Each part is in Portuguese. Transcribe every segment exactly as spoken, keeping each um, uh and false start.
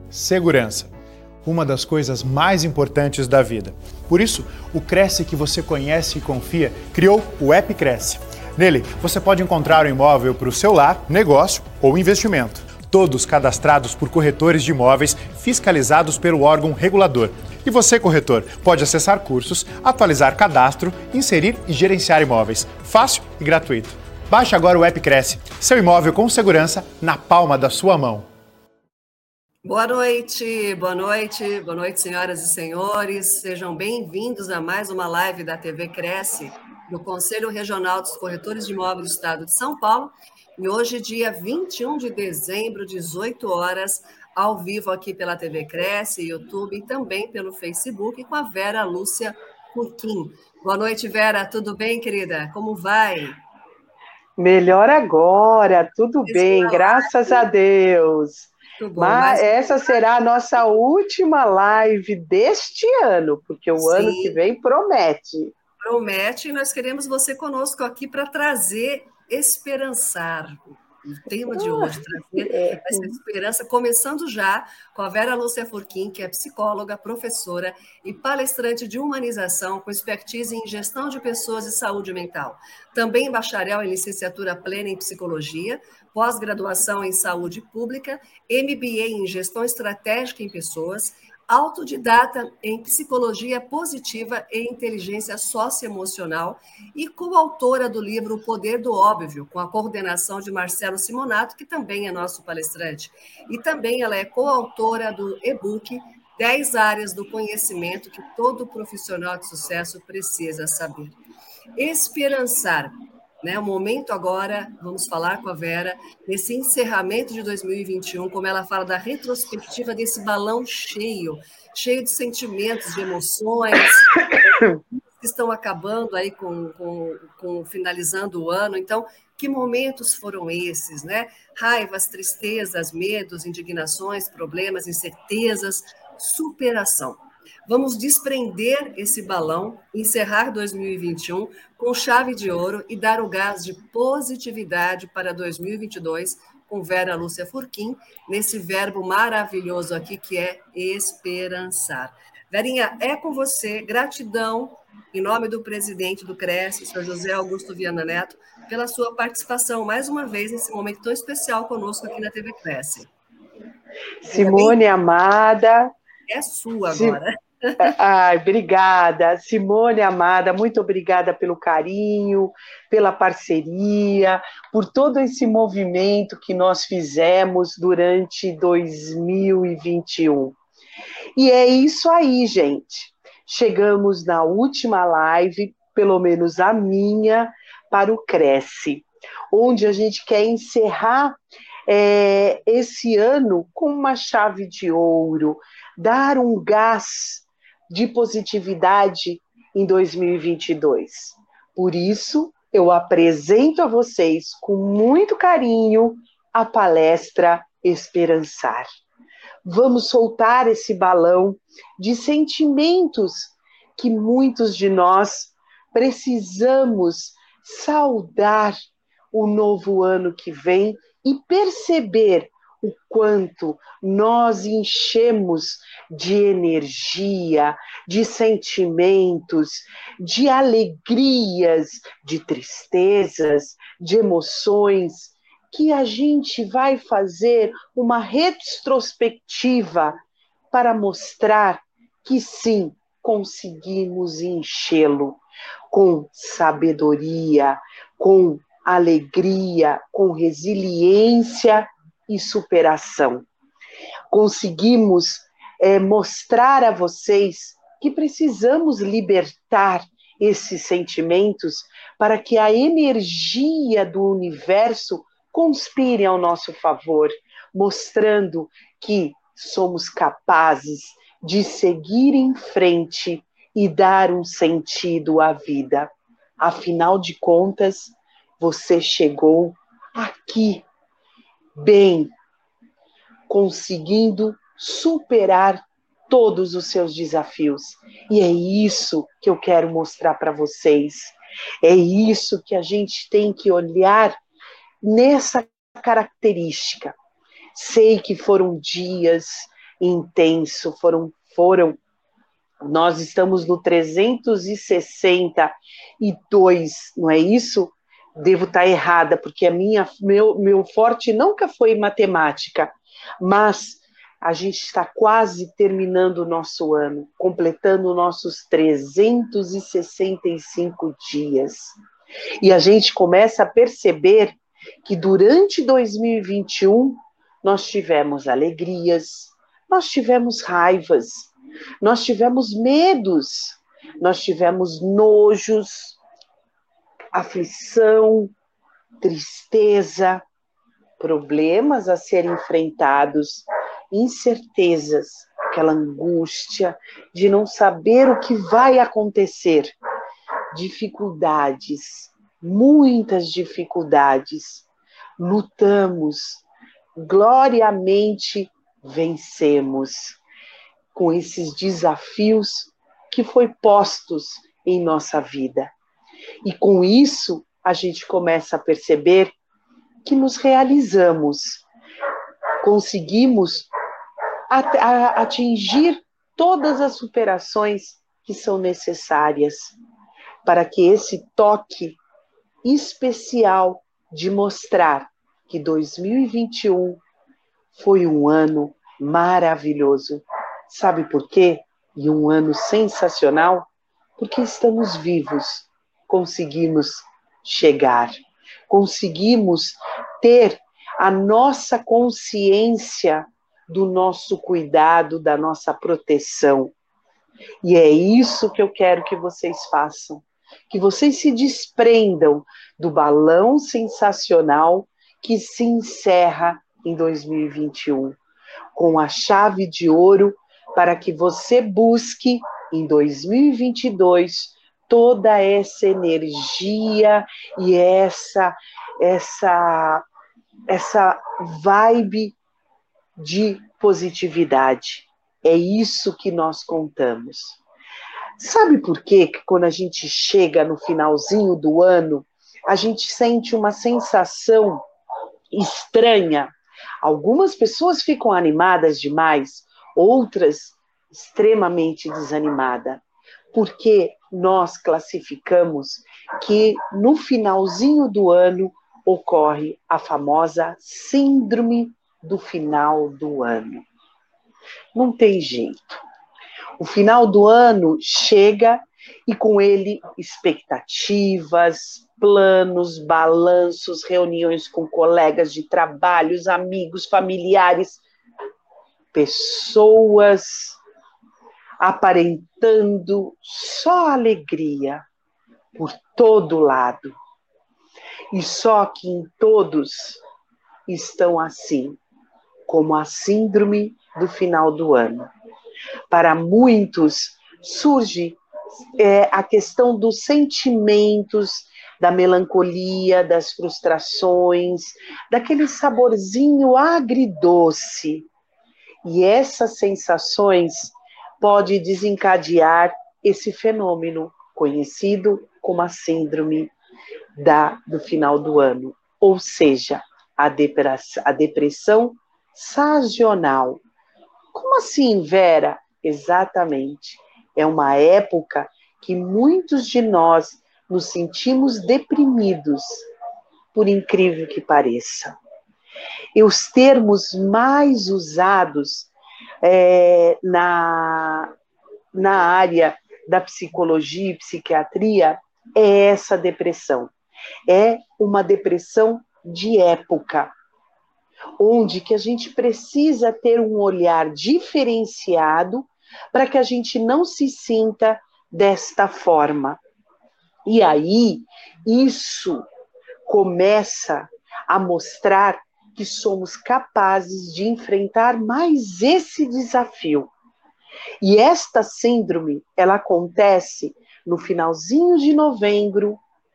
segurança. Uma das coisas mais importantes da vida. Por isso, o Cresce que você conhece e confia criou o app Cresce. Nele, você pode encontrar um imóvel para o seu lar, negócio ou investimento. Todos cadastrados por corretores de imóveis fiscalizados pelo órgão regulador. E você, corretor, pode acessar cursos, atualizar cadastro, inserir e gerenciar imóveis. Fácil e gratuito. Baixe agora o app Cresce. Seu imóvel com segurança na palma da sua mão. Boa noite, boa noite, boa noite, senhoras e senhores. Sejam bem-vindos a mais uma live da T V Cresce, do Conselho Regional dos Corretores de Imóveis do Estado de São Paulo. E hoje, dia vinte e um de dezembro, dezoito horas, ao vivo aqui pela T V Cresce, YouTube e também pelo Facebook, com a Vera Lúcia Furquim. Boa noite, Vera. Tudo bem, querida? Como vai? Melhor agora, tudo Esse bem, graças a Deus. Bom, mas, mas essa será a nossa última live deste ano, porque o sim, ano que vem promete. Promete, e nós queremos você conosco aqui para trazer esperançar. O tema de hoje, trazer é. essa esperança, começando já com a Vera Lúcia Furquim, que é psicóloga, professora e palestrante de humanização com expertise em gestão de pessoas e saúde mental. Também bacharel em licenciatura plena em psicologia, pós-graduação em saúde pública, M B A em gestão estratégica em pessoas, autodidata em psicologia positiva e inteligência socioemocional e coautora do livro O Poder do Óbvio, com a coordenação de Marcelo Simonato, que também é nosso palestrante. E também ela é coautora do e-book dez áreas do conhecimento que todo profissional de sucesso precisa saber. Esperançar. Né, o momento agora, vamos falar com a Vera, nesse encerramento de dois mil e vinte e um, como ela fala da retrospectiva desse balão cheio, cheio de sentimentos, de emoções, que estão acabando aí com, com, com finalizando o ano. Então, que momentos foram esses, né? Raivas, tristezas, medos, indignações, problemas, incertezas, superação. Vamos desprender esse balão, encerrar dois mil e vinte e um com chave de ouro e dar o gás de positividade para dois mil e vinte e dois com Vera Lúcia Furquim, nesse verbo maravilhoso aqui que é esperançar. Verinha, é com você. Gratidão, em nome do presidente do Cresce, senhor José Augusto Viana Neto, pela sua participação, mais uma vez, nesse momento tão especial conosco aqui na T V Cresce. Simone, amada. É sua agora. Ai, obrigada, Simone amada, muito obrigada pelo carinho, pela parceria, por todo esse movimento que nós fizemos durante dois mil e vinte e um. E é isso aí, gente. Chegamos na última live, pelo menos a minha, para o Cresce, onde a gente quer encerrar é, esse ano com uma chave de ouro, dar um gás de positividade em dois mil e vinte e dois. Por isso, eu apresento a vocês com muito carinho a palestra Esperançar. Vamos soltar esse balão de sentimentos que muitos de nós precisamos saudar o novo ano que vem e perceber o quanto nós enchemos de energia, de sentimentos, de alegrias, de tristezas, de emoções, que a gente vai fazer uma retrospectiva para mostrar que sim, conseguimos enchê-lo com sabedoria, com alegria, com resiliência e superação. Conseguimos é, mostrar a vocês que precisamos libertar esses sentimentos para que a energia do universo conspire ao nosso favor, mostrando que somos capazes de seguir em frente e dar um sentido à vida. Afinal de contas, você chegou aqui bem, conseguindo superar todos os seus desafios. E é isso que eu quero mostrar para vocês. É isso que a gente tem que olhar nessa característica. Sei que foram dias intenso, foram, foram, nós estamos no trezentos e sessenta e dois, não é isso? Devo estar errada, porque a minha, meu, meu forte nunca foi matemática, mas a gente está quase terminando o nosso ano, completando nossos trezentos e sessenta e cinco dias. E a gente começa a perceber que durante dois mil e vinte e um nós tivemos alegrias, nós tivemos raivas, nós tivemos medos, nós tivemos nojos, aflição, tristeza, problemas a serem enfrentados, incertezas, aquela angústia de não saber o que vai acontecer, dificuldades, muitas dificuldades. Lutamos, gloriamente vencemos com esses desafios que foi postos em nossa vida. E com isso, a gente começa a perceber que nos realizamos, conseguimos atingir todas as superações que são necessárias para que esse toque especial de mostrar que dois mil e vinte e um foi um ano maravilhoso. Sabe por quê? E um ano sensacional? Porque estamos vivos, conseguimos chegar, conseguimos ter a nossa consciência do nosso cuidado, da nossa proteção. E é isso que eu quero que vocês façam, que vocês se desprendam do balão sensacional que se encerra em dois mil e vinte e um, com a chave de ouro para que você busque em dois mil e vinte e dois toda essa energia e essa, essa, essa vibe de positividade. É isso que nós contamos. Sabe por quê que quando a gente chega no finalzinho do ano, a gente sente uma sensação estranha? Algumas pessoas ficam animadas demais, outras extremamente desanimadas, porque nós classificamos que no finalzinho do ano ocorre a famosa síndrome do final do ano. Não tem jeito. O final do ano chega e com ele expectativas, planos, balanços, reuniões com colegas de trabalhos, amigos, familiares, pessoas aparentando só alegria por todo lado. E só que em todos estão assim, como a síndrome do final do ano. Para muitos surge é, a questão dos sentimentos, da melancolia, das frustrações, daquele saborzinho agridoce. E essas sensações podem desencadear esse fenômeno conhecido como a síndrome da, do final do ano, ou seja, a depressão, a depressão sazonal. Como assim, Vera? Exatamente. É uma época que muitos de nós nos sentimos deprimidos, por incrível que pareça. E os termos mais usados é, na, na área da psicologia e psiquiatria é essa depressão. É uma depressão de época, onde que a gente precisa ter um olhar diferenciado para que a gente não se sinta desta forma. E aí, isso começa a mostrar que somos capazes de enfrentar mais esse desafio. E esta síndrome, ela acontece no finalzinho de novembro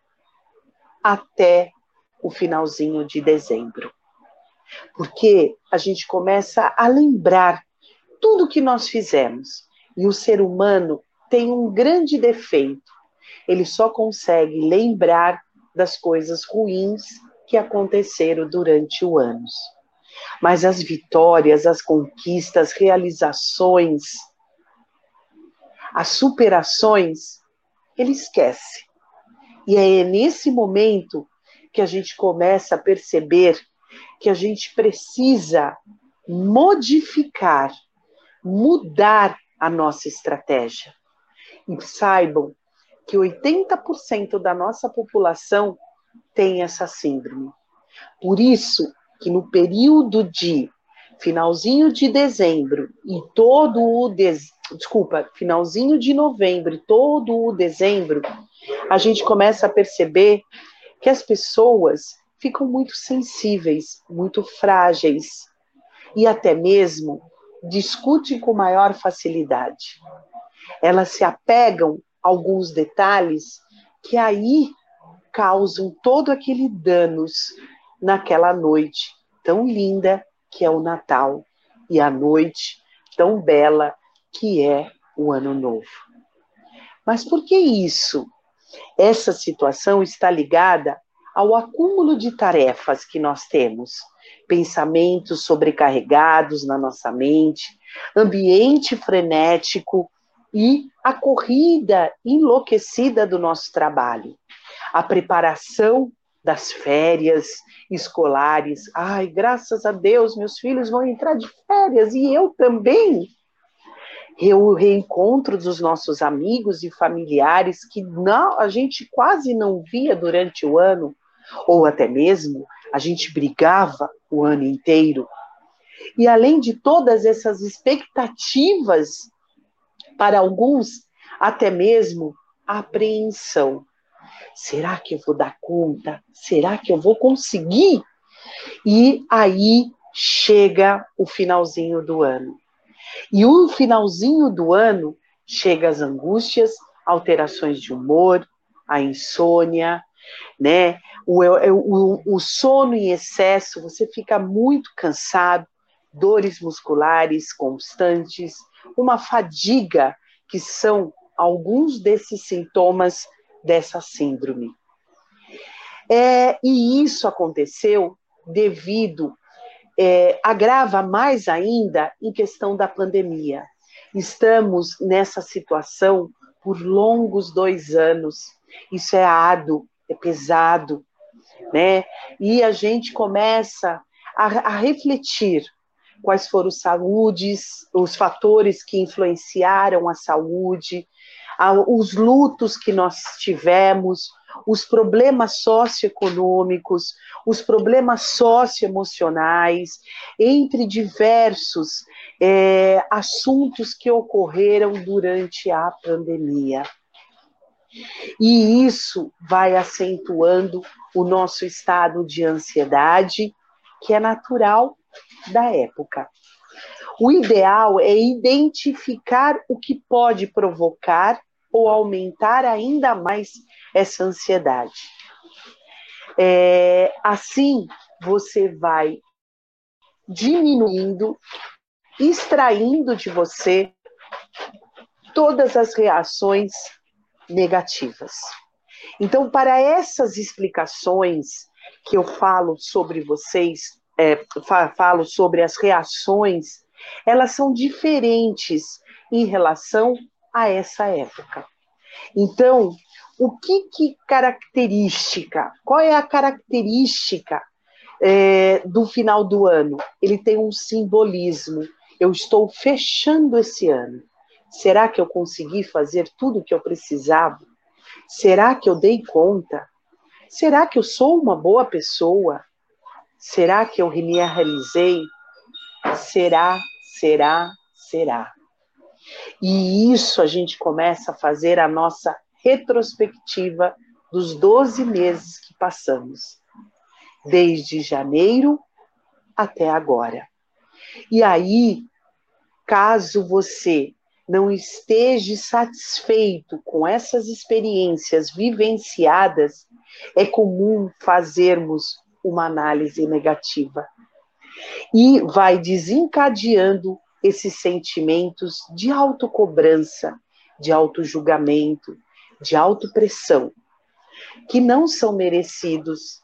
até o finalzinho de dezembro. Porque a gente começa a lembrar tudo que nós fizemos. E o ser humano tem um grande defeito. Ele só consegue lembrar das coisas ruins que aconteceram durante o ano. Mas as vitórias, as conquistas, realizações, as superações, ele esquece. E é nesse momento que a gente começa a perceber que a gente precisa modificar, mudar a nossa estratégia. E saibam que oitenta por cento da nossa população tem essa síndrome. Por isso que no período de finalzinho de dezembro e todo o dez... desculpa, finalzinho de novembro e todo o dezembro, a gente começa a perceber que as pessoas ficam muito sensíveis, muito frágeis e até mesmo discutem com maior facilidade. Elas se apegam a alguns detalhes que aí causam todo aquele danos naquela noite tão linda que é o Natal e a noite tão bela que é o Ano Novo. Mas por que isso? Essa situação está ligada ao acúmulo de tarefas que nós temos, pensamentos sobrecarregados na nossa mente, ambiente frenético e a corrida enlouquecida do nosso trabalho, a preparação das férias escolares. Ai, graças a Deus, meus filhos vão entrar de férias e eu também. O reencontro dos nossos amigos e familiares que não, a gente quase não via durante o ano, ou até mesmo a gente brigava o ano inteiro. E além de todas essas expectativas, para alguns, até mesmo a apreensão. Será que eu vou dar conta? Será que eu vou conseguir? E aí chega o finalzinho do ano. E o finalzinho do ano chega as angústias, alterações de humor, a insônia, né? O, o, o sono em excesso, você fica muito cansado, dores musculares constantes, uma fadiga, que são alguns desses sintomas dessa síndrome. É, e isso aconteceu devido, é, agrava mais ainda em questão da pandemia. Estamos nessa situação por longos dois anos. Isso é árduo, é pesado, né? E a gente começa a, a refletir quais foram os saúdes, os fatores que influenciaram a saúde, os lutos que nós tivemos, os problemas socioeconômicos, os problemas socioemocionais, entre diversos é, assuntos que ocorreram durante a pandemia. E isso vai acentuando o nosso estado de ansiedade, que é natural da época. O ideal é identificar o que pode provocar ou aumentar ainda mais essa ansiedade. É, assim, você vai diminuindo, extraindo de você todas as reações negativas. Então, para essas explicações que eu falo sobre vocês, é, falo sobre as reações, elas são diferentes em relação a essa época. Então, o que que característica, qual é a característica é, do final do ano? Ele tem um simbolismo. Eu estou fechando esse ano. Será que eu consegui fazer tudo o que eu precisava? Será que eu dei conta? Será que eu sou uma boa pessoa? Será que eu me realizei? Será, será, será. E isso a gente começa a fazer a nossa retrospectiva dos doze meses que passamos, desde janeiro até agora. E aí, caso você não esteja satisfeito com essas experiências vivenciadas, é comum fazermos uma análise negativa. E vai desencadeando esses sentimentos de autocobrança, de autojulgamento, de autopressão, que não são merecidos,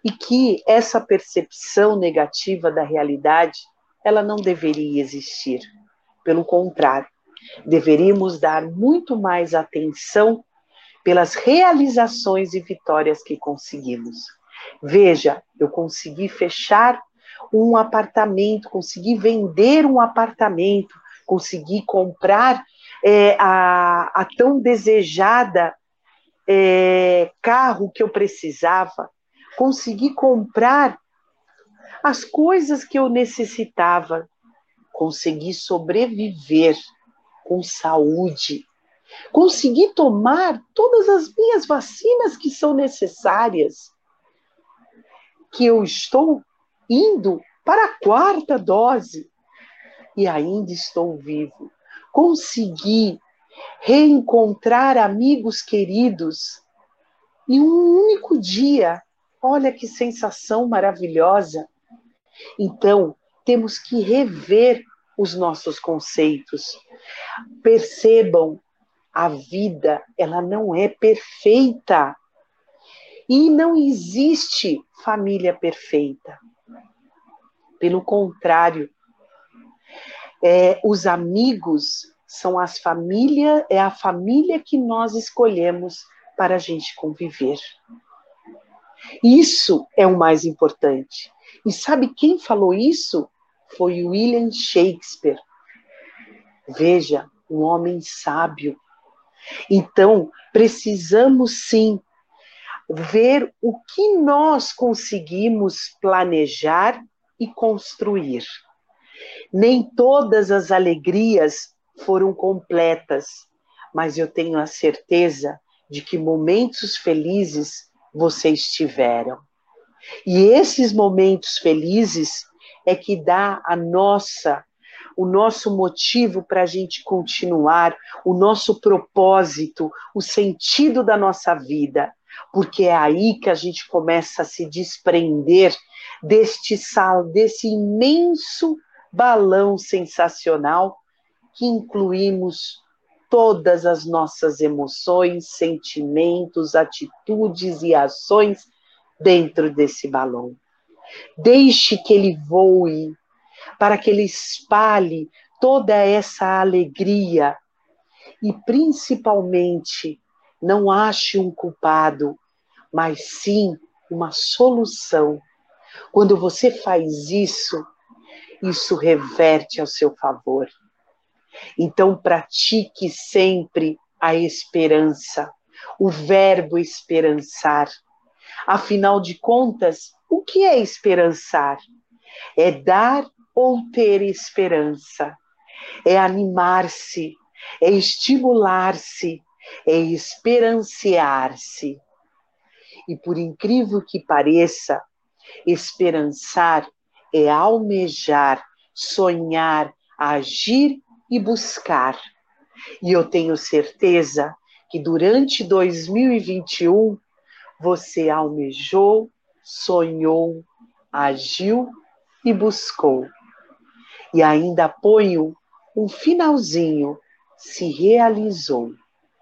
e que essa percepção negativa da realidade, ela não deveria existir. Pelo contrário, deveríamos dar muito mais atenção pelas realizações e vitórias que conseguimos. Veja, eu consegui fechar um apartamento, consegui vender um apartamento, consegui comprar é, a, a tão desejada é, carro que eu precisava, consegui comprar as coisas que eu necessitava, consegui sobreviver com saúde, consegui tomar todas as minhas vacinas que são necessárias, que eu estou indo para a quarta dose e ainda estou vivo. Consegui reencontrar amigos queridos em um único dia. Olha que sensação maravilhosa. Então, temos que rever os nossos conceitos. Percebam, a vida, ela não é perfeita. E não existe família perfeita. Pelo contrário, é, os amigos são as famílias, é a família que nós escolhemos para a gente conviver. Isso é o mais importante. E sabe quem falou isso? Foi William Shakespeare. Veja, um homem sábio. Então, precisamos sim ver o que nós conseguimos planejar e construir. Nem todas as alegrias foram completas, mas eu tenho a certeza de que momentos felizes vocês tiveram. E esses momentos felizes é que dá a nossa, o nosso motivo para a gente continuar, o nosso propósito, o sentido da nossa vida. Porque é aí que a gente começa a se desprender deste sal, desse imenso balão sensacional que incluímos todas as nossas emoções, sentimentos, atitudes e ações dentro desse balão. Deixe que ele voe, para que ele espalhe toda essa alegria e, principalmente, não ache um culpado, mas sim uma solução. Quando você faz isso, isso reverte ao seu favor. Então, pratique sempre a esperança, o verbo esperançar. Afinal de contas, o que é esperançar? É dar ou ter esperança, é animar-se, é estimular-se, é esperanciar-se. E por incrível que pareça, esperançar é almejar, sonhar, agir e buscar. E eu tenho certeza que durante dois mil e vinte e um você almejou, sonhou, agiu e buscou. E ainda ponho um finalzinho, se realizou.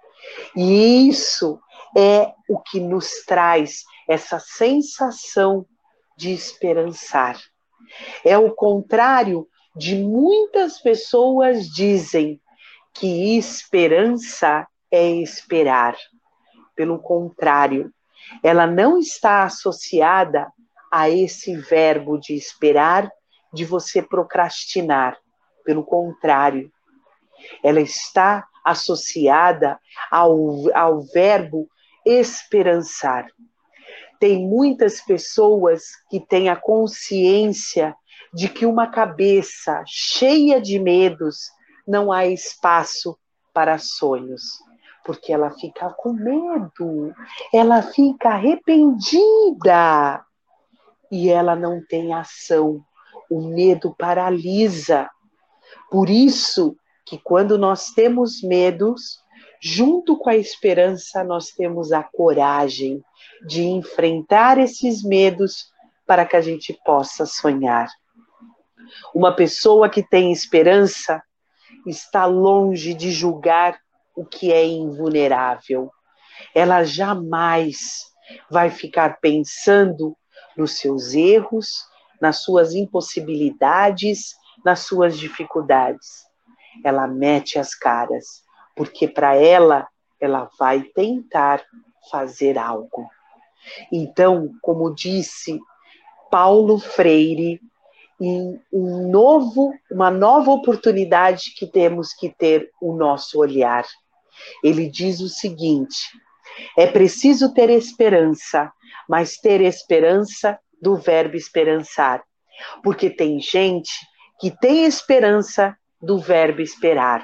E isso é o que nos traz essa sensação de esperançar. É o contrário de muitas pessoas dizem que esperança é esperar. Pelo contrário, ela não está associada a esse verbo de esperar, de você procrastinar. Pelo contrário, ela está associada ao, ao verbo esperançar. Tem muitas pessoas que têm a consciência de que uma cabeça cheia de medos não há espaço para sonhos, porque ela fica com medo, ela fica arrependida e ela não tem ação. O medo paralisa. Por isso que quando nós temos medos, junto com a esperança, nós temos a coragem de enfrentar esses medos para que a gente possa sonhar. Uma pessoa que tem esperança está longe de julgar o que é invulnerável. Ela jamais vai ficar pensando nos seus erros, nas suas impossibilidades, nas suas dificuldades. Ela mete as caras, porque para ela, ela vai tentar fazer algo. Então, como disse Paulo Freire, em um novo, uma nova oportunidade que temos que ter o nosso olhar. Ele diz o seguinte: é preciso ter esperança, mas ter esperança do verbo esperançar. Porque tem gente que tem esperança do verbo esperar.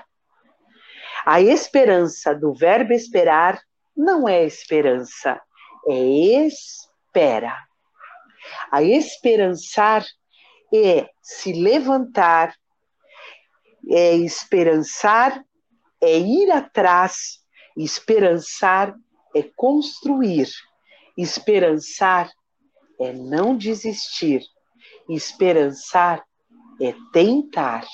A esperança do verbo esperar não é esperança, é espera. A esperançar é se levantar, é esperançar, é ir atrás, esperançar é construir, esperançar é não desistir, esperançar é tentar,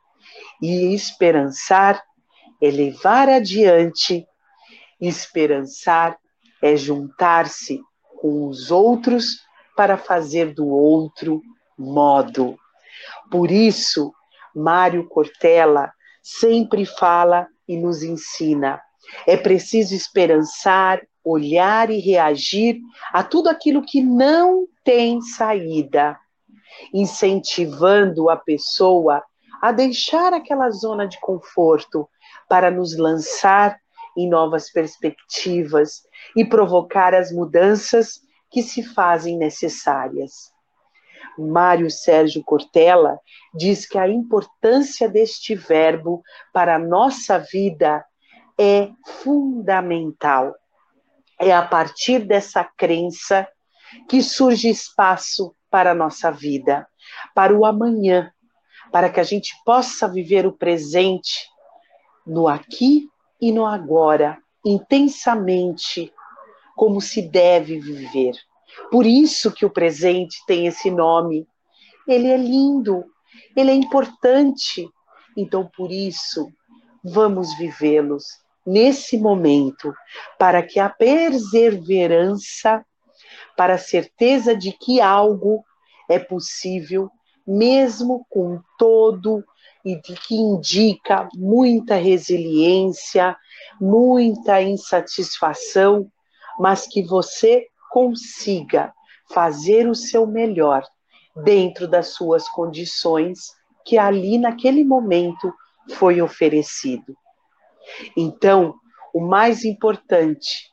e esperançar é levar adiante, esperançar é juntar-se com os outros para fazer do outro modo. Por isso, Mário Cortella sempre fala e nos ensina: é preciso esperançar, olhar e reagir a tudo aquilo que não tem saída, incentivando a pessoa a deixar aquela zona de conforto para nos lançar em novas perspectivas e provocar as mudanças que se fazem necessárias. Mário Sérgio Cortella diz que a importância deste verbo para a nossa vida é fundamental. É a partir dessa crença que surge espaço para a nossa vida, para o amanhã, para que a gente possa viver o presente no aqui e no agora, intensamente, como se deve viver. Por isso que o presente tem esse nome. Ele é lindo, ele é importante. Então, por isso, vamos vivê-los nesse momento, para que a perseverança, para a certeza de que algo é possível, mesmo com todo e de que indica muita resiliência, muita insatisfação, mas que você consiga fazer o seu melhor dentro das suas condições que ali naquele momento foi oferecido. Então, o mais importante,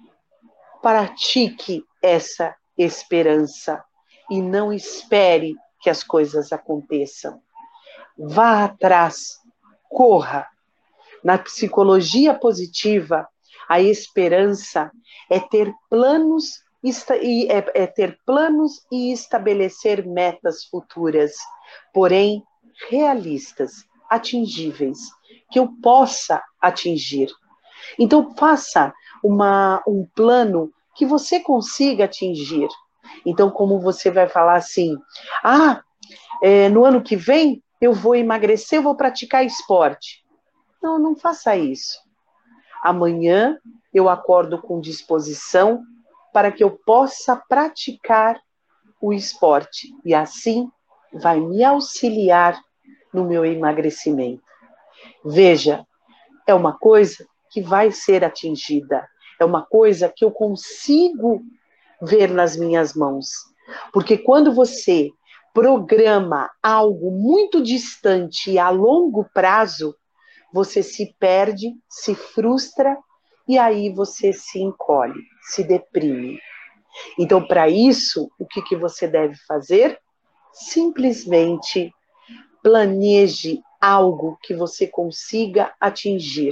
pratique essa esperança e não espere que as coisas aconteçam. Vá atrás, corra. Na psicologia positiva, a esperança é ter planos e é, é ter planos e estabelecer metas futuras, porém realistas, atingíveis, que eu possa atingir. Então faça uma, um plano que você consiga atingir. Então, como você vai falar assim, ah, é, no ano que vem eu vou emagrecer, eu vou praticar esporte. Não, não faça isso. Amanhã eu acordo com disposição para que eu possa praticar o esporte e assim vai me auxiliar no meu emagrecimento. Veja, é uma coisa que vai ser atingida, é uma coisa que eu consigo ver nas minhas mãos. Porque quando você programa algo muito distante e a longo prazo, você se perde, se frustra e aí você se encolhe, se deprime. Então, para isso, o que, que você deve fazer? Simplesmente planeje algo que você consiga atingir.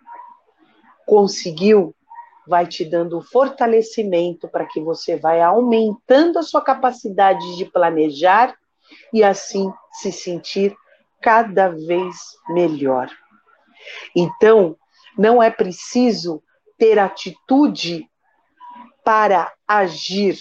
Conseguiu? Vai te dando fortalecimento para que você vai aumentando a sua capacidade de planejar e assim se sentir cada vez melhor. Então, não é preciso ter atitude para agir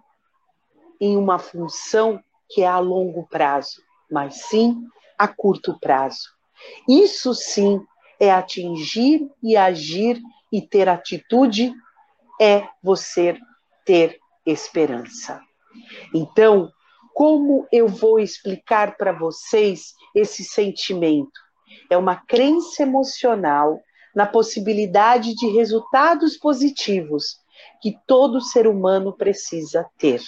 em uma função que é a longo prazo, mas sim a curto prazo. Isso sim é atingir e agir e ter atitude, é você ter esperança. Então, como eu vou explicar para vocês esse sentimento? É uma crença emocional na possibilidade de resultados positivos que todo ser humano precisa ter,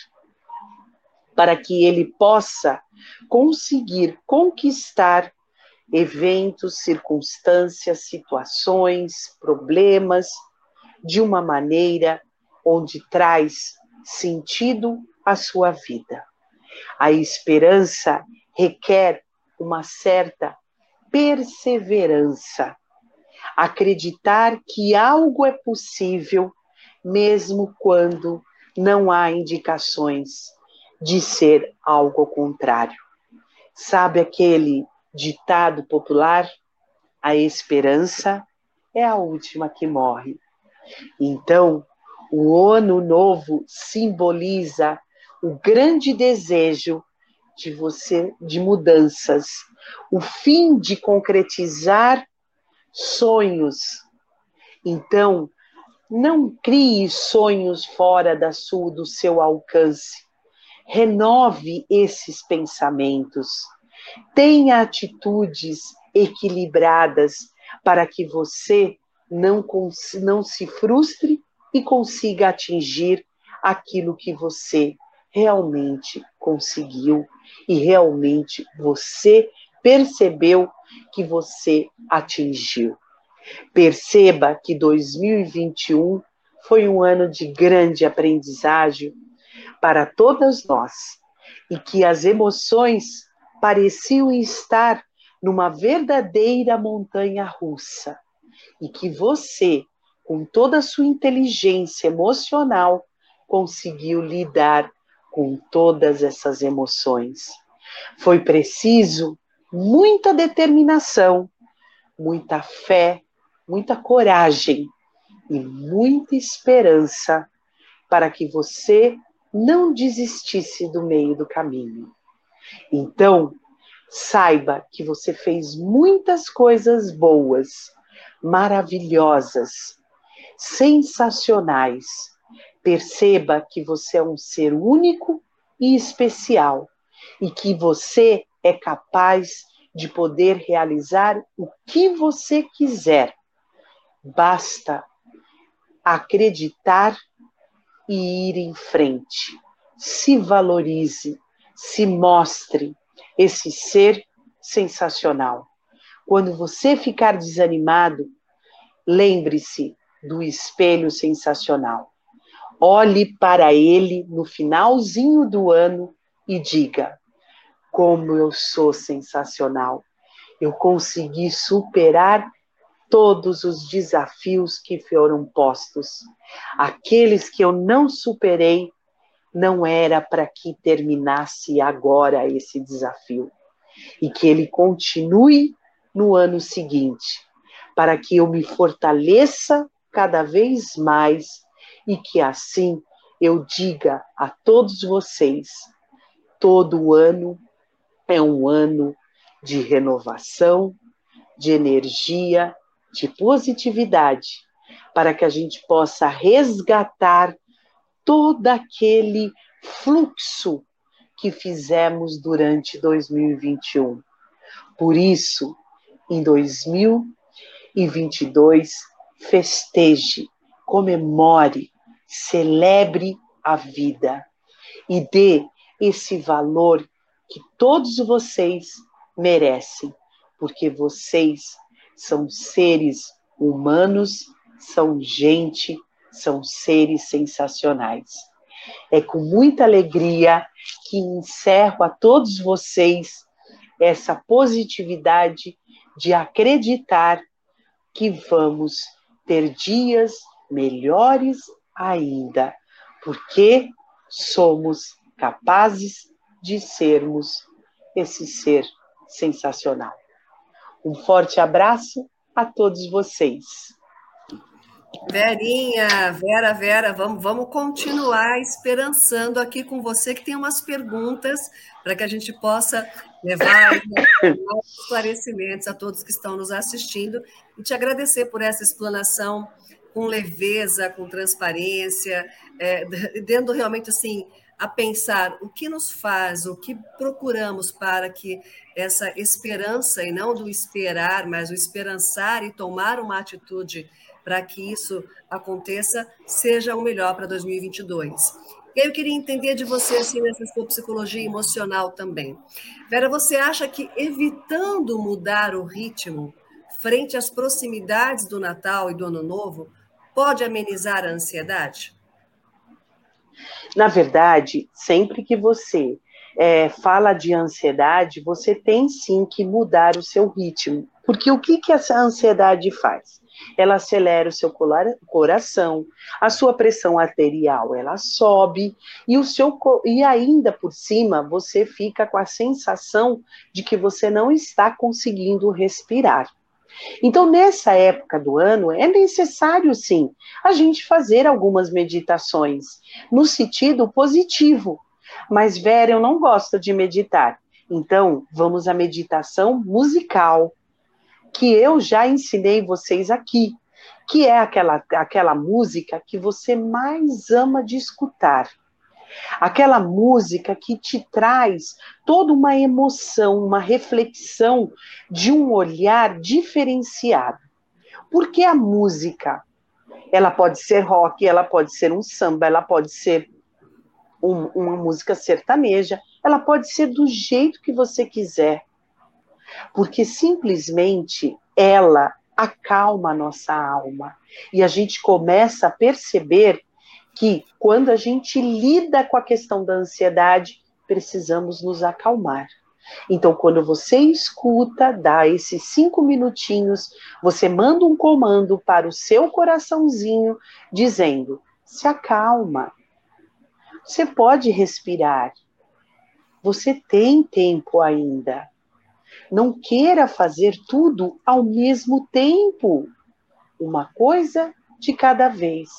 para que ele possa conseguir conquistar eventos, circunstâncias, situações, problemas, de uma maneira onde traz sentido à sua vida. A esperança requer uma certa perseverança. Acreditar que algo é possível, mesmo quando não há indicações de ser algo ao contrário. Sabe aquele ditado popular? A esperança é a última que morre. Então, o ano novo simboliza o grande desejo de você, de mudanças, o fim de concretizar sonhos. Então, não crie sonhos fora da sua, do seu alcance. Renove esses pensamentos. Tenha atitudes equilibradas para que você não, não se frustre e consiga atingir aquilo que você realmente conseguiu e realmente você percebeu que você atingiu. Perceba que dois mil e vinte e um foi um ano de grande aprendizagem para todas nós e que as emoções pareciam estar numa verdadeira montanha russa e que você, com toda a sua inteligência emocional, conseguiu lidar com todas essas emoções. Foi preciso muita determinação, muita fé, muita coragem e muita esperança para que você não desistisse do meio do caminho. Então, saiba que você fez muitas coisas boas, maravilhosas, sensacionais. Perceba que você é um ser único e especial e que você é capaz de poder realizar o que você quiser. Basta acreditar e ir em frente. Se valorize, se mostre esse ser sensacional. Quando você ficar desanimado, lembre-se do espelho sensacional. Olhe para ele no finalzinho do ano e diga: como eu sou sensacional. Eu consegui superar todos os desafios que foram postos. Aqueles que eu não superei, não era para que terminasse agora esse desafio. E que ele continue no ano seguinte, para que eu me fortaleça cada vez mais e que assim eu diga a todos vocês: todo ano é um ano de renovação, de energia, de positividade, para que a gente possa resgatar todo aquele fluxo que fizemos durante dois mil e vinte e um. Por isso, em dois mil e vinte e dois, festeje, comemore, celebre a vida e dê esse valor que todos vocês merecem, porque vocês são seres humanos, são gente, são seres sensacionais. É com muita alegria que encerro a todos vocês essa positividade de acreditar que vamos ter dias melhores ainda, porque somos capazes de sermos esse ser sensacional. Um forte abraço a todos vocês. Verinha, Vera, Vera, vamos, vamos continuar esperançando aqui com você, que tem umas perguntas para que a gente possa levar esclarecimentos a todos que estão nos assistindo e te agradecer por essa explanação com leveza, com transparência, é, dando realmente assim a pensar o que nos faz, o que procuramos para que essa esperança, e não do esperar, mas o esperançar e tomar uma atitude para que isso aconteça, seja o melhor para dois mil e vinte e dois. E aí eu queria entender de você, assim, nessa sua psicologia emocional também. Vera, você acha que evitando mudar o ritmo frente às proximidades do Natal e do Ano Novo, pode amenizar a ansiedade? Na verdade, sempre que você é, fala de ansiedade, você tem sim que mudar o seu ritmo. Porque o que, que essa ansiedade faz? Ela acelera o seu coração, a sua pressão arterial ela sobe, e, o seu, e ainda por cima você fica com a sensação de que você não está conseguindo respirar. Então, nessa época do ano, é necessário, sim, a gente fazer algumas meditações, no sentido positivo. Mas, Vera, eu não gosto de meditar. Então, vamos à meditação musical, que eu já ensinei vocês aqui, que é aquela, aquela música que você mais ama de escutar. Aquela música que te traz toda uma emoção, uma reflexão de um olhar diferenciado. Porque a música, ela pode ser rock, ela pode ser um samba, ela pode ser um, uma música sertaneja, ela pode ser do jeito que você quiser. Porque simplesmente ela acalma a nossa alma. E a gente começa a perceber que quando a gente lida com a questão da ansiedade, precisamos nos acalmar. Então, quando você escuta, dá esses cinco minutinhos, você manda um comando para o seu coraçãozinho, dizendo, se acalma. Você pode respirar. Você tem tempo ainda. Não queira fazer tudo ao mesmo tempo. Uma coisa de cada vez.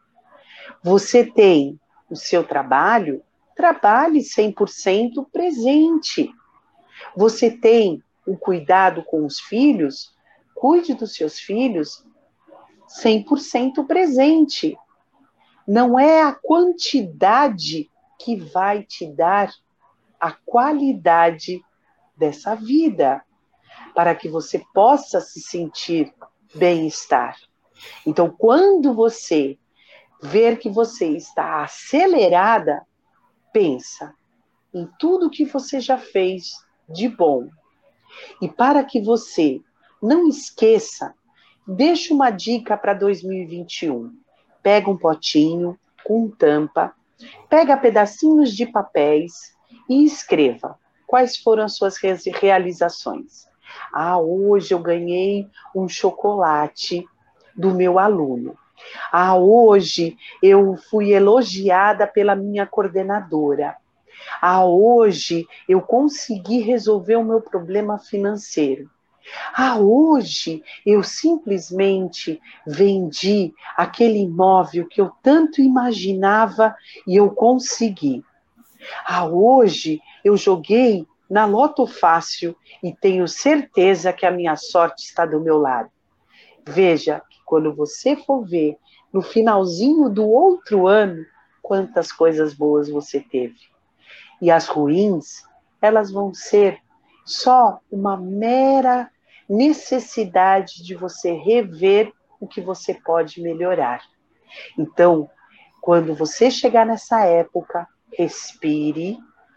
Você tem o seu trabalho, trabalhe cem por cento presente. Você tem o cuidado com os filhos, cuide dos seus filhos cem por cento presente. Não é a quantidade que vai te dar a qualidade dessa vida, para que você possa se sentir bem-estar. Então, quando você ver que você está acelerada, pensa em tudo que você já fez de bom. E para que você não esqueça, deixa uma dica para dois mil e vinte e um. Pega um potinho com tampa, pega pedacinhos de papéis e escreva quais foram as suas realizações. Ah, hoje eu ganhei um chocolate do meu aluno. Ah, hoje eu fui elogiada pela minha coordenadora. Ah, hoje eu consegui resolver o meu problema financeiro. Ah, hoje eu simplesmente vendi aquele imóvel que eu tanto imaginava e eu consegui. Ah, hoje eu joguei na Loto Fácil e tenho certeza que a minha sorte está do meu lado. Veja que quando você for ver no finalzinho do outro ano, quantas coisas boas você teve. E as ruins, elas vão ser só uma mera necessidade de você rever o que você pode melhorar. Então, quando você chegar nessa época, respire,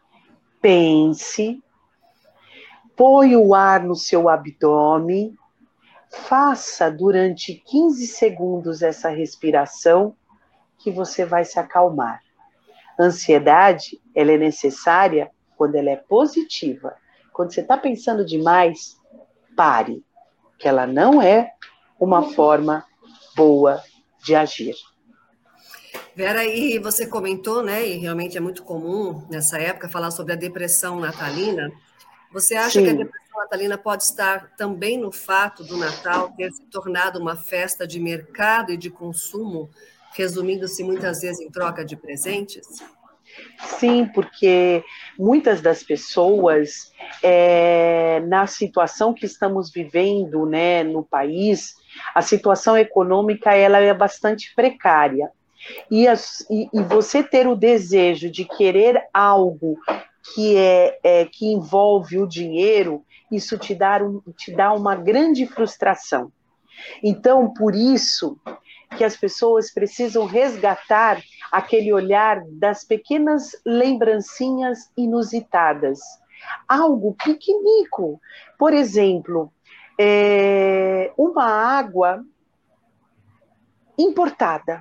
pense, põe o ar no seu abdômen, faça durante quinze segundos essa respiração que você vai se acalmar. A ansiedade, ela é necessária quando ela é positiva. Quando você está pensando demais, pare, que ela não é uma forma boa de agir. Vera, e você comentou, né, e realmente é muito comum nessa época falar sobre a depressão natalina. Você acha Sim. que a depressão natalina pode estar também no fato do Natal ter se tornado uma festa de mercado e de consumo, resumindo-se muitas vezes em troca de presentes? Sim, porque muitas das pessoas, é, na situação que estamos vivendo, né, no país, a situação econômica ela é bastante precária. E, as, e, e você ter o desejo de querer algo que, é, é, que envolve o dinheiro, isso te dá, um, te dá uma grande frustração. Então, por isso que as pessoas precisam resgatar aquele olhar das pequenas lembrancinhas inusitadas. Algo pequenico. Por exemplo, é, uma água importada.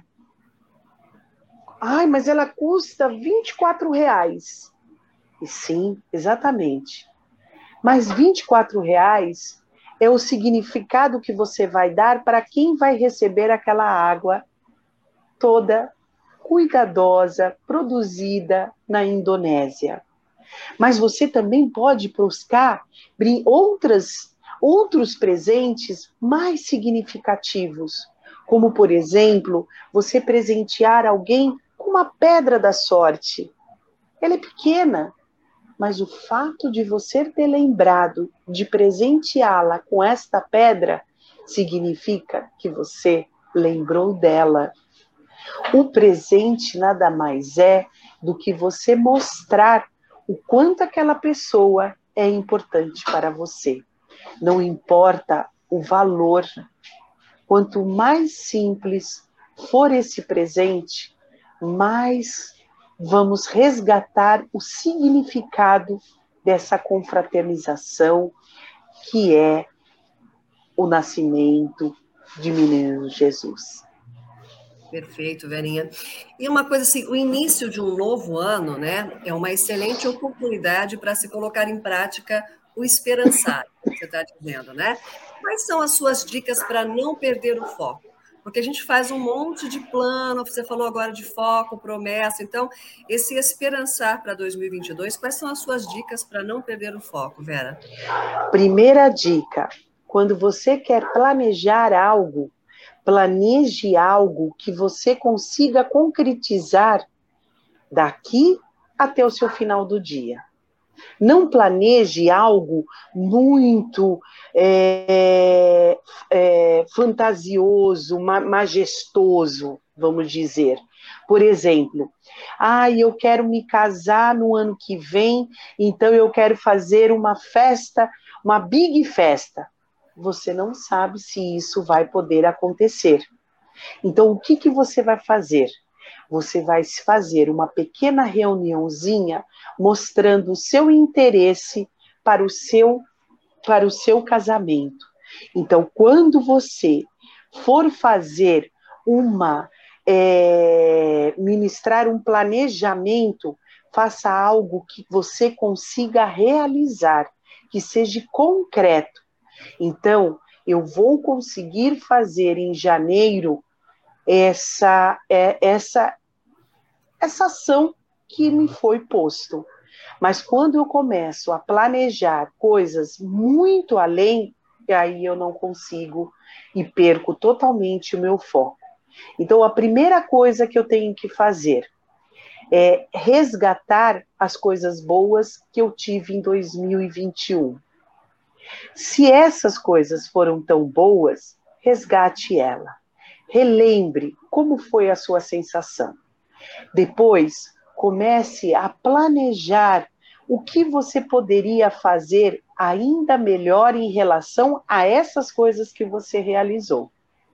Ai, mas ela custa vinte e quatro reais. E sim, exatamente. Mas vinte e quatro reais é o significado que você vai dar para quem vai receber aquela água toda cuidadosa, produzida na Indonésia. Mas você também pode buscar outras, outros presentes mais significativos, como, por exemplo, você presentear alguém com uma pedra da sorte. Ela é pequena, mas o fato de você ter lembrado de presenteá-la com esta pedra significa que você lembrou dela. O presente nada mais é do que você mostrar o quanto aquela pessoa é importante para você. Não importa o valor, quanto mais simples for esse presente, mais vamos resgatar o significado dessa confraternização que é o nascimento de menino Jesus. Perfeito, Verinha. E uma coisa assim, o início de um novo ano, né, é uma excelente oportunidade para se colocar em prática o esperançar, que você está dizendo, né? Quais são as suas dicas para não perder o foco? Porque a gente faz um monte de plano, você falou agora de foco, promessa, então, esse esperançar para dois mil e vinte e dois, quais são as suas dicas para não perder o foco, Vera? Primeira dica, quando você quer planejar algo, planeje algo que você consiga concretizar daqui até o seu final do dia. Não planeje algo muito é, é, fantasioso, ma- majestoso, vamos dizer. Por exemplo, ah, eu quero me casar no ano que vem, então eu quero fazer uma festa, uma big festa. Você não sabe se isso vai poder acontecer. Então, o que, que você vai fazer? Você vai fazer uma pequena reuniãozinha mostrando o seu interesse para o seu, para o seu casamento. Então, quando você for fazer uma, é, ministrar um planejamento, faça algo que você consiga realizar, que seja concreto. Então, eu vou conseguir fazer em janeiro essa, é, essa, essa ação que me foi posto. Mas quando eu começo a planejar coisas muito além, aí eu não consigo e perco totalmente o meu foco. Então, a primeira coisa que eu tenho que fazer é resgatar as coisas boas que eu tive em dois mil e vinte e um. Se essas coisas foram tão boas, resgate ela. Relembre como foi a sua sensação. Depois, comece a planejar o que você poderia fazer ainda melhor em relação a essas coisas que você realizou.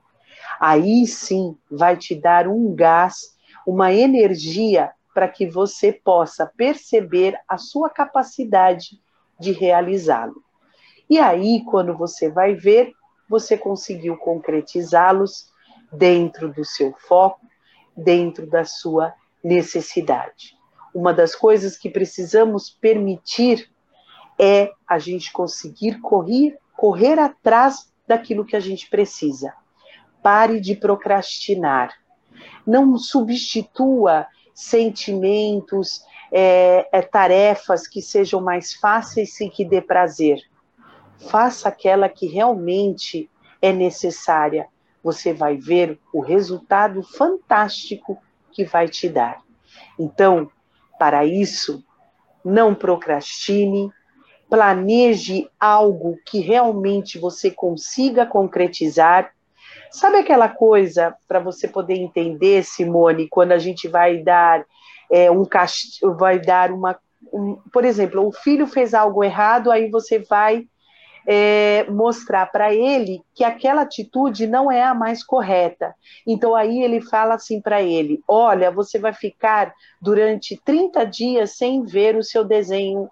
Aí sim vai te dar um gás, uma energia para que você possa perceber a sua capacidade de realizá-lo. E aí, quando você vai ver, você conseguiu concretizá-los dentro do seu foco, dentro da sua necessidade. Uma das coisas que precisamos permitir é a gente conseguir correr, correr atrás daquilo que a gente precisa. Pare de procrastinar. Não substitua sentimentos, é, é, tarefas que sejam mais fáceis e que dê prazer. Faça aquela que realmente é necessária. Você vai ver o resultado fantástico que vai te dar. Então, para isso, não procrastine, planeje algo que realmente você consiga concretizar, Sabe aquela coisa, para você poder entender, Simone, quando a gente vai dar é, um castigo, vai dar uma... Um, por exemplo, o filho fez algo errado, aí você vai é, mostrar para ele que aquela atitude não é a mais correta. Então aí ele fala assim para ele, olha, você vai ficar durante trinta dias sem ver o seu desenho,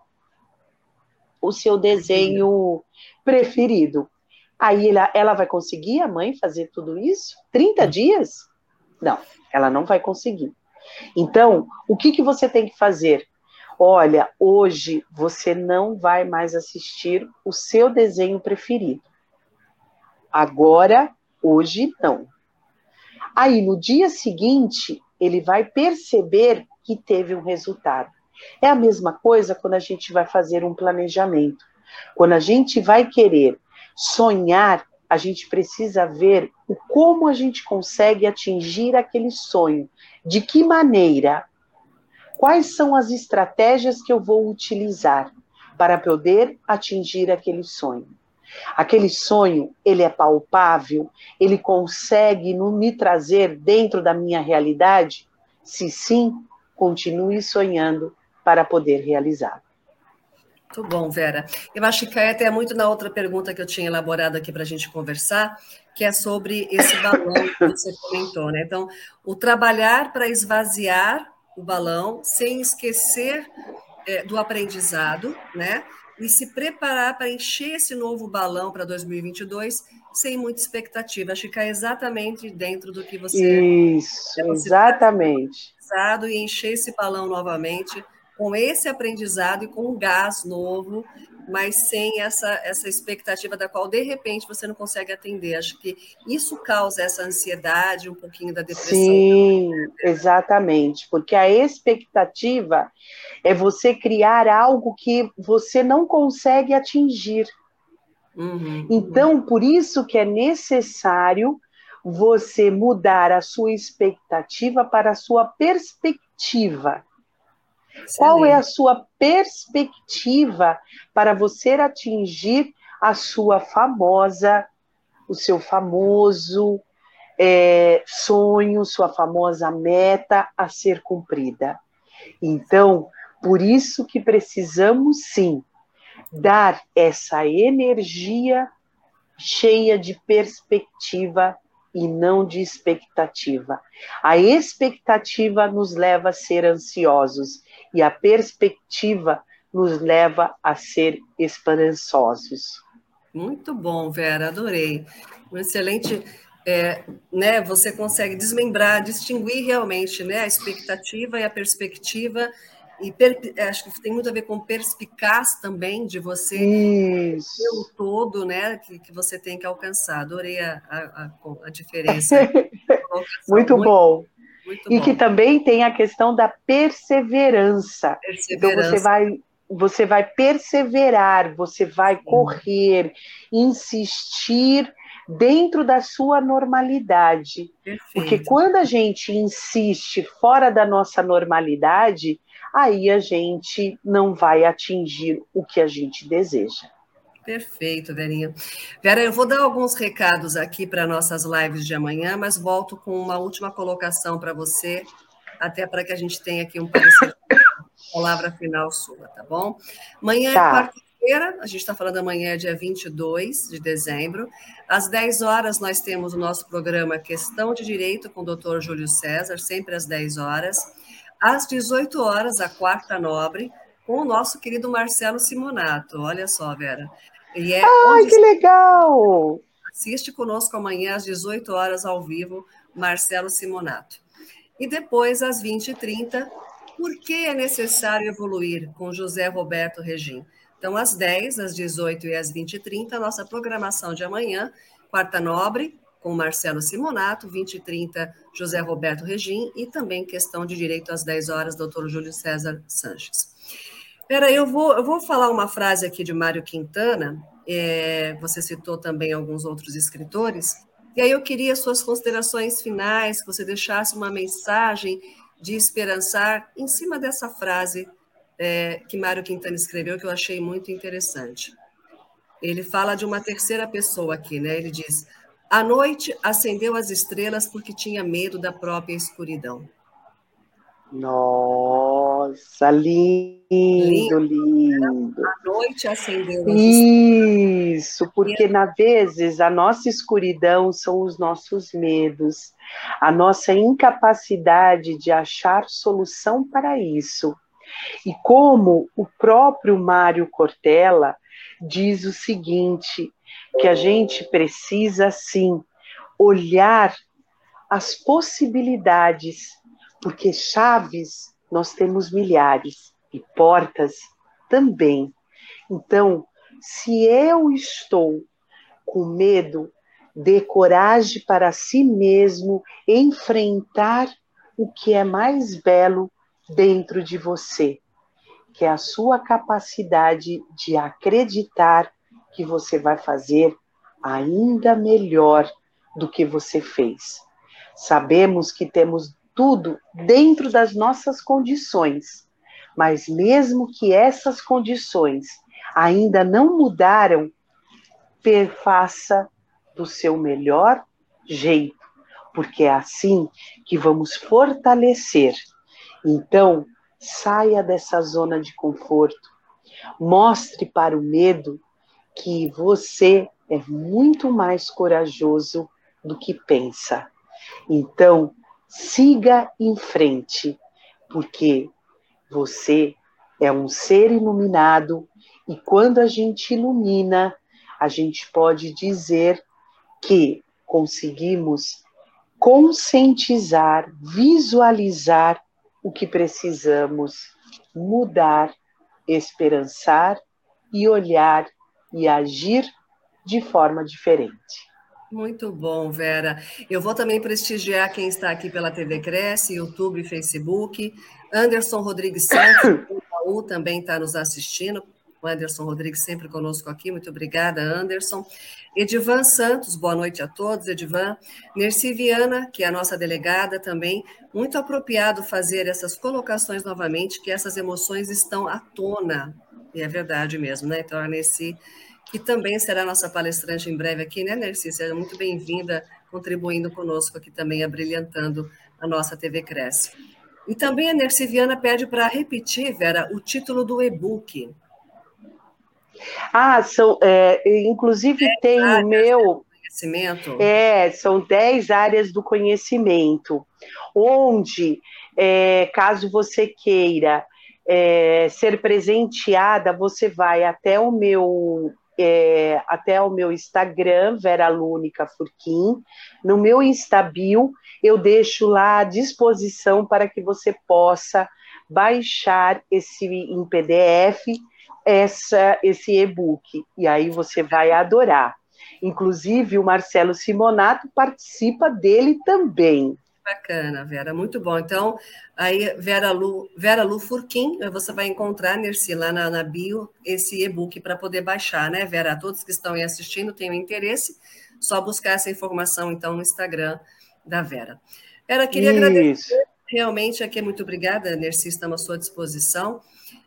o seu desenho preferido. Aí ela, ela vai conseguir, a mãe, fazer tudo isso? trinta dias? Não, ela não vai conseguir. Então, o que, que você tem que fazer? Olha, hoje você não vai mais assistir o seu desenho preferido. Agora, hoje, não. Aí, no dia seguinte, ele vai perceber que teve um resultado. É a mesma coisa quando a gente vai fazer um planejamento. Quando a gente vai querer sonhar, a gente precisa ver o como a gente consegue atingir aquele sonho. De que maneira? Quais são as estratégias que eu vou utilizar para poder atingir aquele sonho? Aquele sonho, ele é palpável? Ele consegue me trazer dentro da minha realidade? Se sim, continue sonhando para poder realizar. Muito bom, Vera. Eu acho que cai até muito na outra pergunta que eu tinha elaborado aqui para a gente conversar, que é sobre esse balão que você comentou, né? Então, o trabalhar para esvaziar o balão sem esquecer é, do aprendizado, né? E se preparar para encher esse novo balão para dois mil e vinte e dois sem muita expectativa. Acho que cai exatamente dentro do que você... Isso, é você exatamente. E encher esse balão novamente com esse aprendizado e com um gás novo, mas sem essa, essa expectativa da qual, de repente, você não consegue atender. Acho que isso causa essa ansiedade, um pouquinho da depressão. Sim, exatamente, porque a expectativa é você criar algo que você não consegue atingir. Uhum, então, uhum. por isso que é necessário você mudar a sua expectativa para a sua perspectiva. Excelente. Qual é a sua perspectiva para você atingir a sua famosa, o seu famoso é, sonho, sua famosa meta a ser cumprida? Então, por isso que precisamos, sim, dar essa energia cheia de perspectiva e não de expectativa. A expectativa nos leva a ser ansiosos e a perspectiva nos leva a ser esperançosos. Muito bom, Vera, adorei. Um excelente, é, né? Você consegue desmembrar, distinguir realmente, né, a expectativa e a perspectiva. E per, acho que tem muito a ver com perspicaz também, de você ver o todo, né, que, que você tem que alcançar. Adorei a, a, a diferença. Muito, muito bom. Muito e bom. que também tem a questão da perseverança. perseverança. Então você vai, você vai perseverar, você vai Sim. correr, insistir dentro da sua normalidade. Perfeito. Porque quando a gente insiste fora da nossa normalidade, aí a gente não vai atingir o que a gente deseja. Perfeito, Verinha. Vera, eu vou dar alguns recados aqui para nossas lives de amanhã, mas volto com uma última colocação para você, até para que a gente tenha aqui um parecer, palavra final sua, tá bom? Amanhã tá. é quarta-feira, a gente está falando amanhã, é dia vinte e dois de dezembro. Às dez horas, nós temos o nosso programa Questão de Direito com o doutor Júlio César, sempre às dez horas. Às dezoito horas, a Quarta Nobre, com o nosso querido Marcelo Simonato. Olha só, Vera. E é Ai, que legal! Assiste conosco amanhã, às dezoito horas, ao vivo, Marcelo Simonato. E depois, às vinte e trinta, Por que é necessário evoluir, com José Roberto Regim? Então, às dez, às dezoito e às vinte e trinta, a nossa programação de amanhã, Quarta Nobre, com Marcelo Simonato, vinte e trinta, José Roberto Regim, e também Questão de Direito, às dez horas, doutor Júlio César Sanches. Espera, eu vou, eu vou falar uma frase aqui de Mário Quintana, é, você citou também alguns outros escritores, e aí eu queria suas considerações finais, que você deixasse uma mensagem de esperançar em cima dessa frase é, que Mário Quintana escreveu, que eu achei muito interessante. Ele fala de uma terceira pessoa aqui, né? Ele diz: À noite, acendeu as estrelas porque tinha medo da própria escuridão. Nossa, lindo, Lindo. lindo. À noite, acendeu as estrelas. Isso, porque na vezes a nossa escuridão são os nossos medos, a nossa incapacidade de achar solução para isso. E como o próprio Mário Cortella diz o seguinte, que a gente precisa, sim, olhar as possibilidades, porque chaves nós temos milhares e portas também. Então, se eu estou com medo, dê coragem para si mesmo enfrentar o que é mais belo dentro de você, que é a sua capacidade de acreditar que você vai fazer ainda melhor do que você fez. Sabemos que temos tudo dentro das nossas condições, mas mesmo que essas condições ainda não mudaram, faça do seu melhor jeito, porque é assim que vamos fortalecer. Então, saia dessa zona de conforto, mostre para o medo que você é muito mais corajoso do que pensa. Então, siga em frente, porque você é um ser iluminado e quando a gente ilumina, a gente pode dizer que conseguimos conscientizar, visualizar o que precisamos mudar, esperançar e olhar e agir de forma diferente. Muito bom, Vera. Eu vou também prestigiar quem está aqui pela T V Cresce, YouTube e Facebook. Anderson Rodrigues Santos, do Itaú, também está nos assistindo. O Anderson Rodrigues sempre conosco aqui. Muito obrigada, Anderson. Edivan Santos, boa noite a todos, Edivan. Nerci Viana, que é a nossa delegada também. Muito apropriado fazer essas colocações novamente, que essas emoções estão à tona. E é verdade mesmo, né? Então, a Nerci, que também será nossa palestrante em breve aqui, né, Nerci? Seja muito bem-vinda, contribuindo conosco aqui também, abrilhantando a nossa T V Cresce. E também a Nerci Viana pede para repetir, Vera, o título do e-book. Ah, são, é, inclusive tem o meu... Conhecimento. É, são dez áreas do conhecimento, onde, é, caso você queira é, ser presenteada, você vai até o meu... É, até o meu Instagram, Vera Lúnica Furquim. No meu Instabio, eu deixo lá à disposição para que você possa baixar esse em P D F, essa, esse e-book. E aí você vai adorar. Inclusive, o Marcelo Simonato participa dele também. Bacana, Vera, muito bom. Então, aí, Vera Lu, Vera Lu Furquim, você vai encontrar, Nerci, lá na, na bio, esse e-book para poder baixar, né, Vera? Todos que estão aí assistindo têm interesse, só buscar essa informação, então, no Instagram da Vera. Vera, queria Isso. agradecer, realmente, aqui, muito obrigada, Nerci, estamos à sua disposição.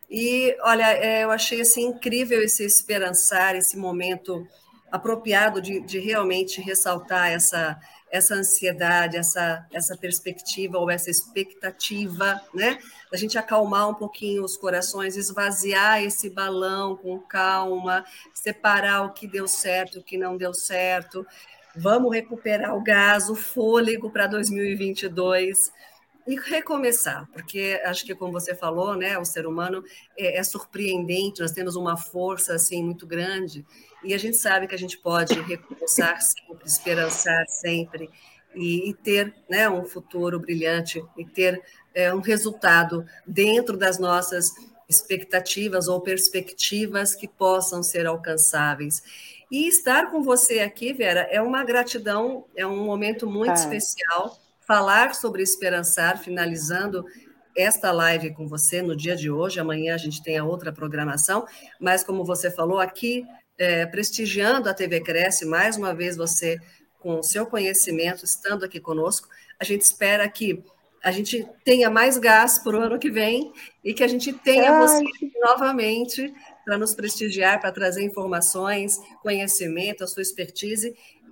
E, olha, eu achei, assim, incrível esse esperançar, esse momento apropriado de, de realmente ressaltar essa... essa ansiedade, essa, essa perspectiva ou essa expectativa, né? Da gente acalmar um pouquinho os corações, esvaziar esse balão com calma, separar o que deu certo, o que não deu certo. Vamos recuperar o gás, o fôlego para dois mil e vinte e dois e recomeçar, porque acho que, como você falou, né, o ser humano é, é surpreendente, nós temos uma força assim muito grande, e a gente sabe que a gente pode recomeçar sempre, esperançar sempre, e, e ter, né, um futuro brilhante, e ter é, um resultado dentro das nossas expectativas ou perspectivas que possam ser alcançáveis. E estar com você aqui, Vera, é uma gratidão, é um momento muito ah. especial, falar sobre esperançar, finalizando esta live com você no dia de hoje. Amanhã a gente tem a outra programação, mas como você falou aqui, é, prestigiando a T V Cresce, mais uma vez você, com o seu conhecimento, estando aqui conosco, a gente espera que a gente tenha mais gás para o ano que vem e que a gente tenha Ai. você novamente para nos prestigiar, para trazer informações, conhecimento, a sua expertise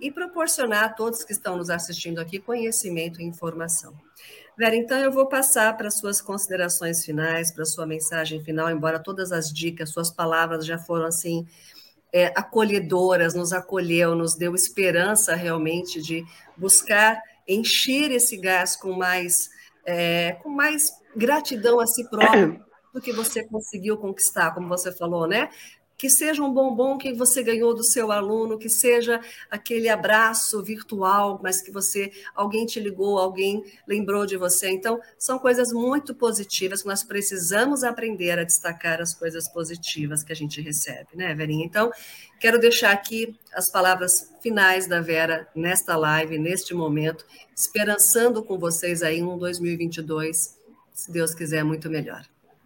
e proporcionar a todos que estão nos assistindo aqui conhecimento e informação. Vera, então eu vou passar para as suas considerações finais, para a sua mensagem final, embora todas as dicas, suas palavras já foram assim é, acolhedoras, nos acolheu, nos deu esperança realmente de buscar encher esse gás com mais, é, com mais gratidão a si próprio do que você conseguiu conquistar, como você falou, né? Que seja um bombom que você ganhou do seu aluno, que seja aquele abraço virtual, mas que você, alguém te ligou, alguém lembrou de você. Então, são coisas muito positivas que nós precisamos aprender a destacar as coisas positivas que a gente recebe, né, Verinha? Então, quero deixar aqui as palavras finais da Vera nesta live, neste momento, esperançando com vocês aí um dois mil e vinte e dois, se Deus quiser, muito melhor.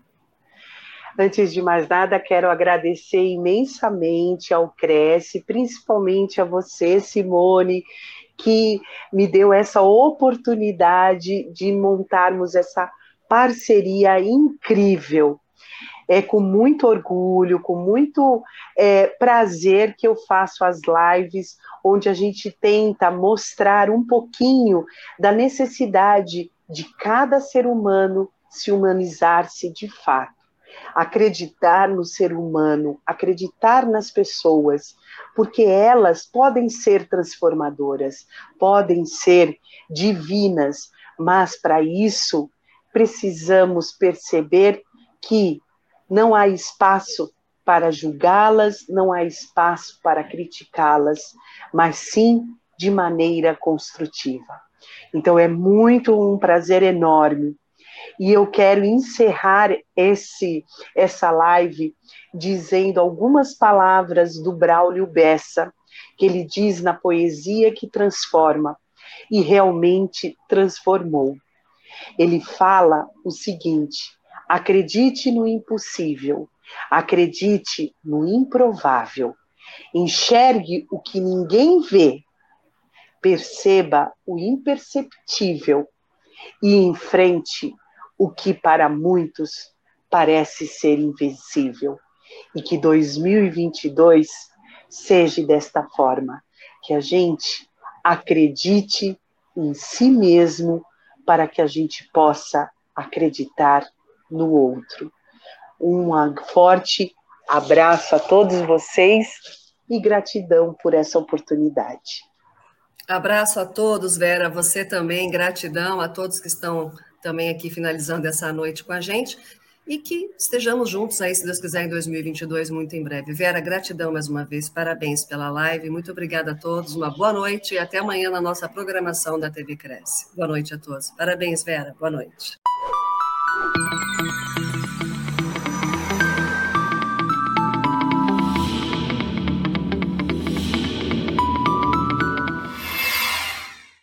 Antes de mais nada, quero agradecer imensamente ao Cresce, principalmente a você, Simone, que me deu essa oportunidade de montarmos essa parceria incrível. É com muito orgulho, com muito é, prazer que eu faço as lives, onde a gente tenta mostrar um pouquinho da necessidade de cada ser humano se humanizar-se de fato. Acreditar no ser humano, acreditar nas pessoas, porque elas podem ser transformadoras, podem ser divinas, mas para isso precisamos perceber que não há espaço para julgá-las, não há espaço para criticá-las, mas sim de maneira construtiva. Então é muito um prazer enorme. E eu quero encerrar esse, essa live dizendo algumas palavras do Braulio Bessa, que ele diz na poesia que transforma, e realmente transformou. Ele fala o seguinte: acredite no impossível, acredite no improvável, enxergue o que ninguém vê, perceba o imperceptível e enfrente o que para muitos parece ser invencível. E que dois mil e vinte e dois seja desta forma, que a gente acredite em si mesmo para que a gente possa acreditar no outro. Um forte abraço a todos vocês e gratidão por essa oportunidade. Abraço a todos, Vera, você também, gratidão a todos que estão também aqui finalizando essa noite com a gente, e que estejamos juntos aí, se Deus quiser, em dois mil e vinte e dois, muito em breve. Vera, gratidão mais uma vez, parabéns pela live, muito obrigada a todos, uma boa noite e até amanhã na nossa programação da T V Cresce. Boa noite a todos. Parabéns, Vera, boa noite.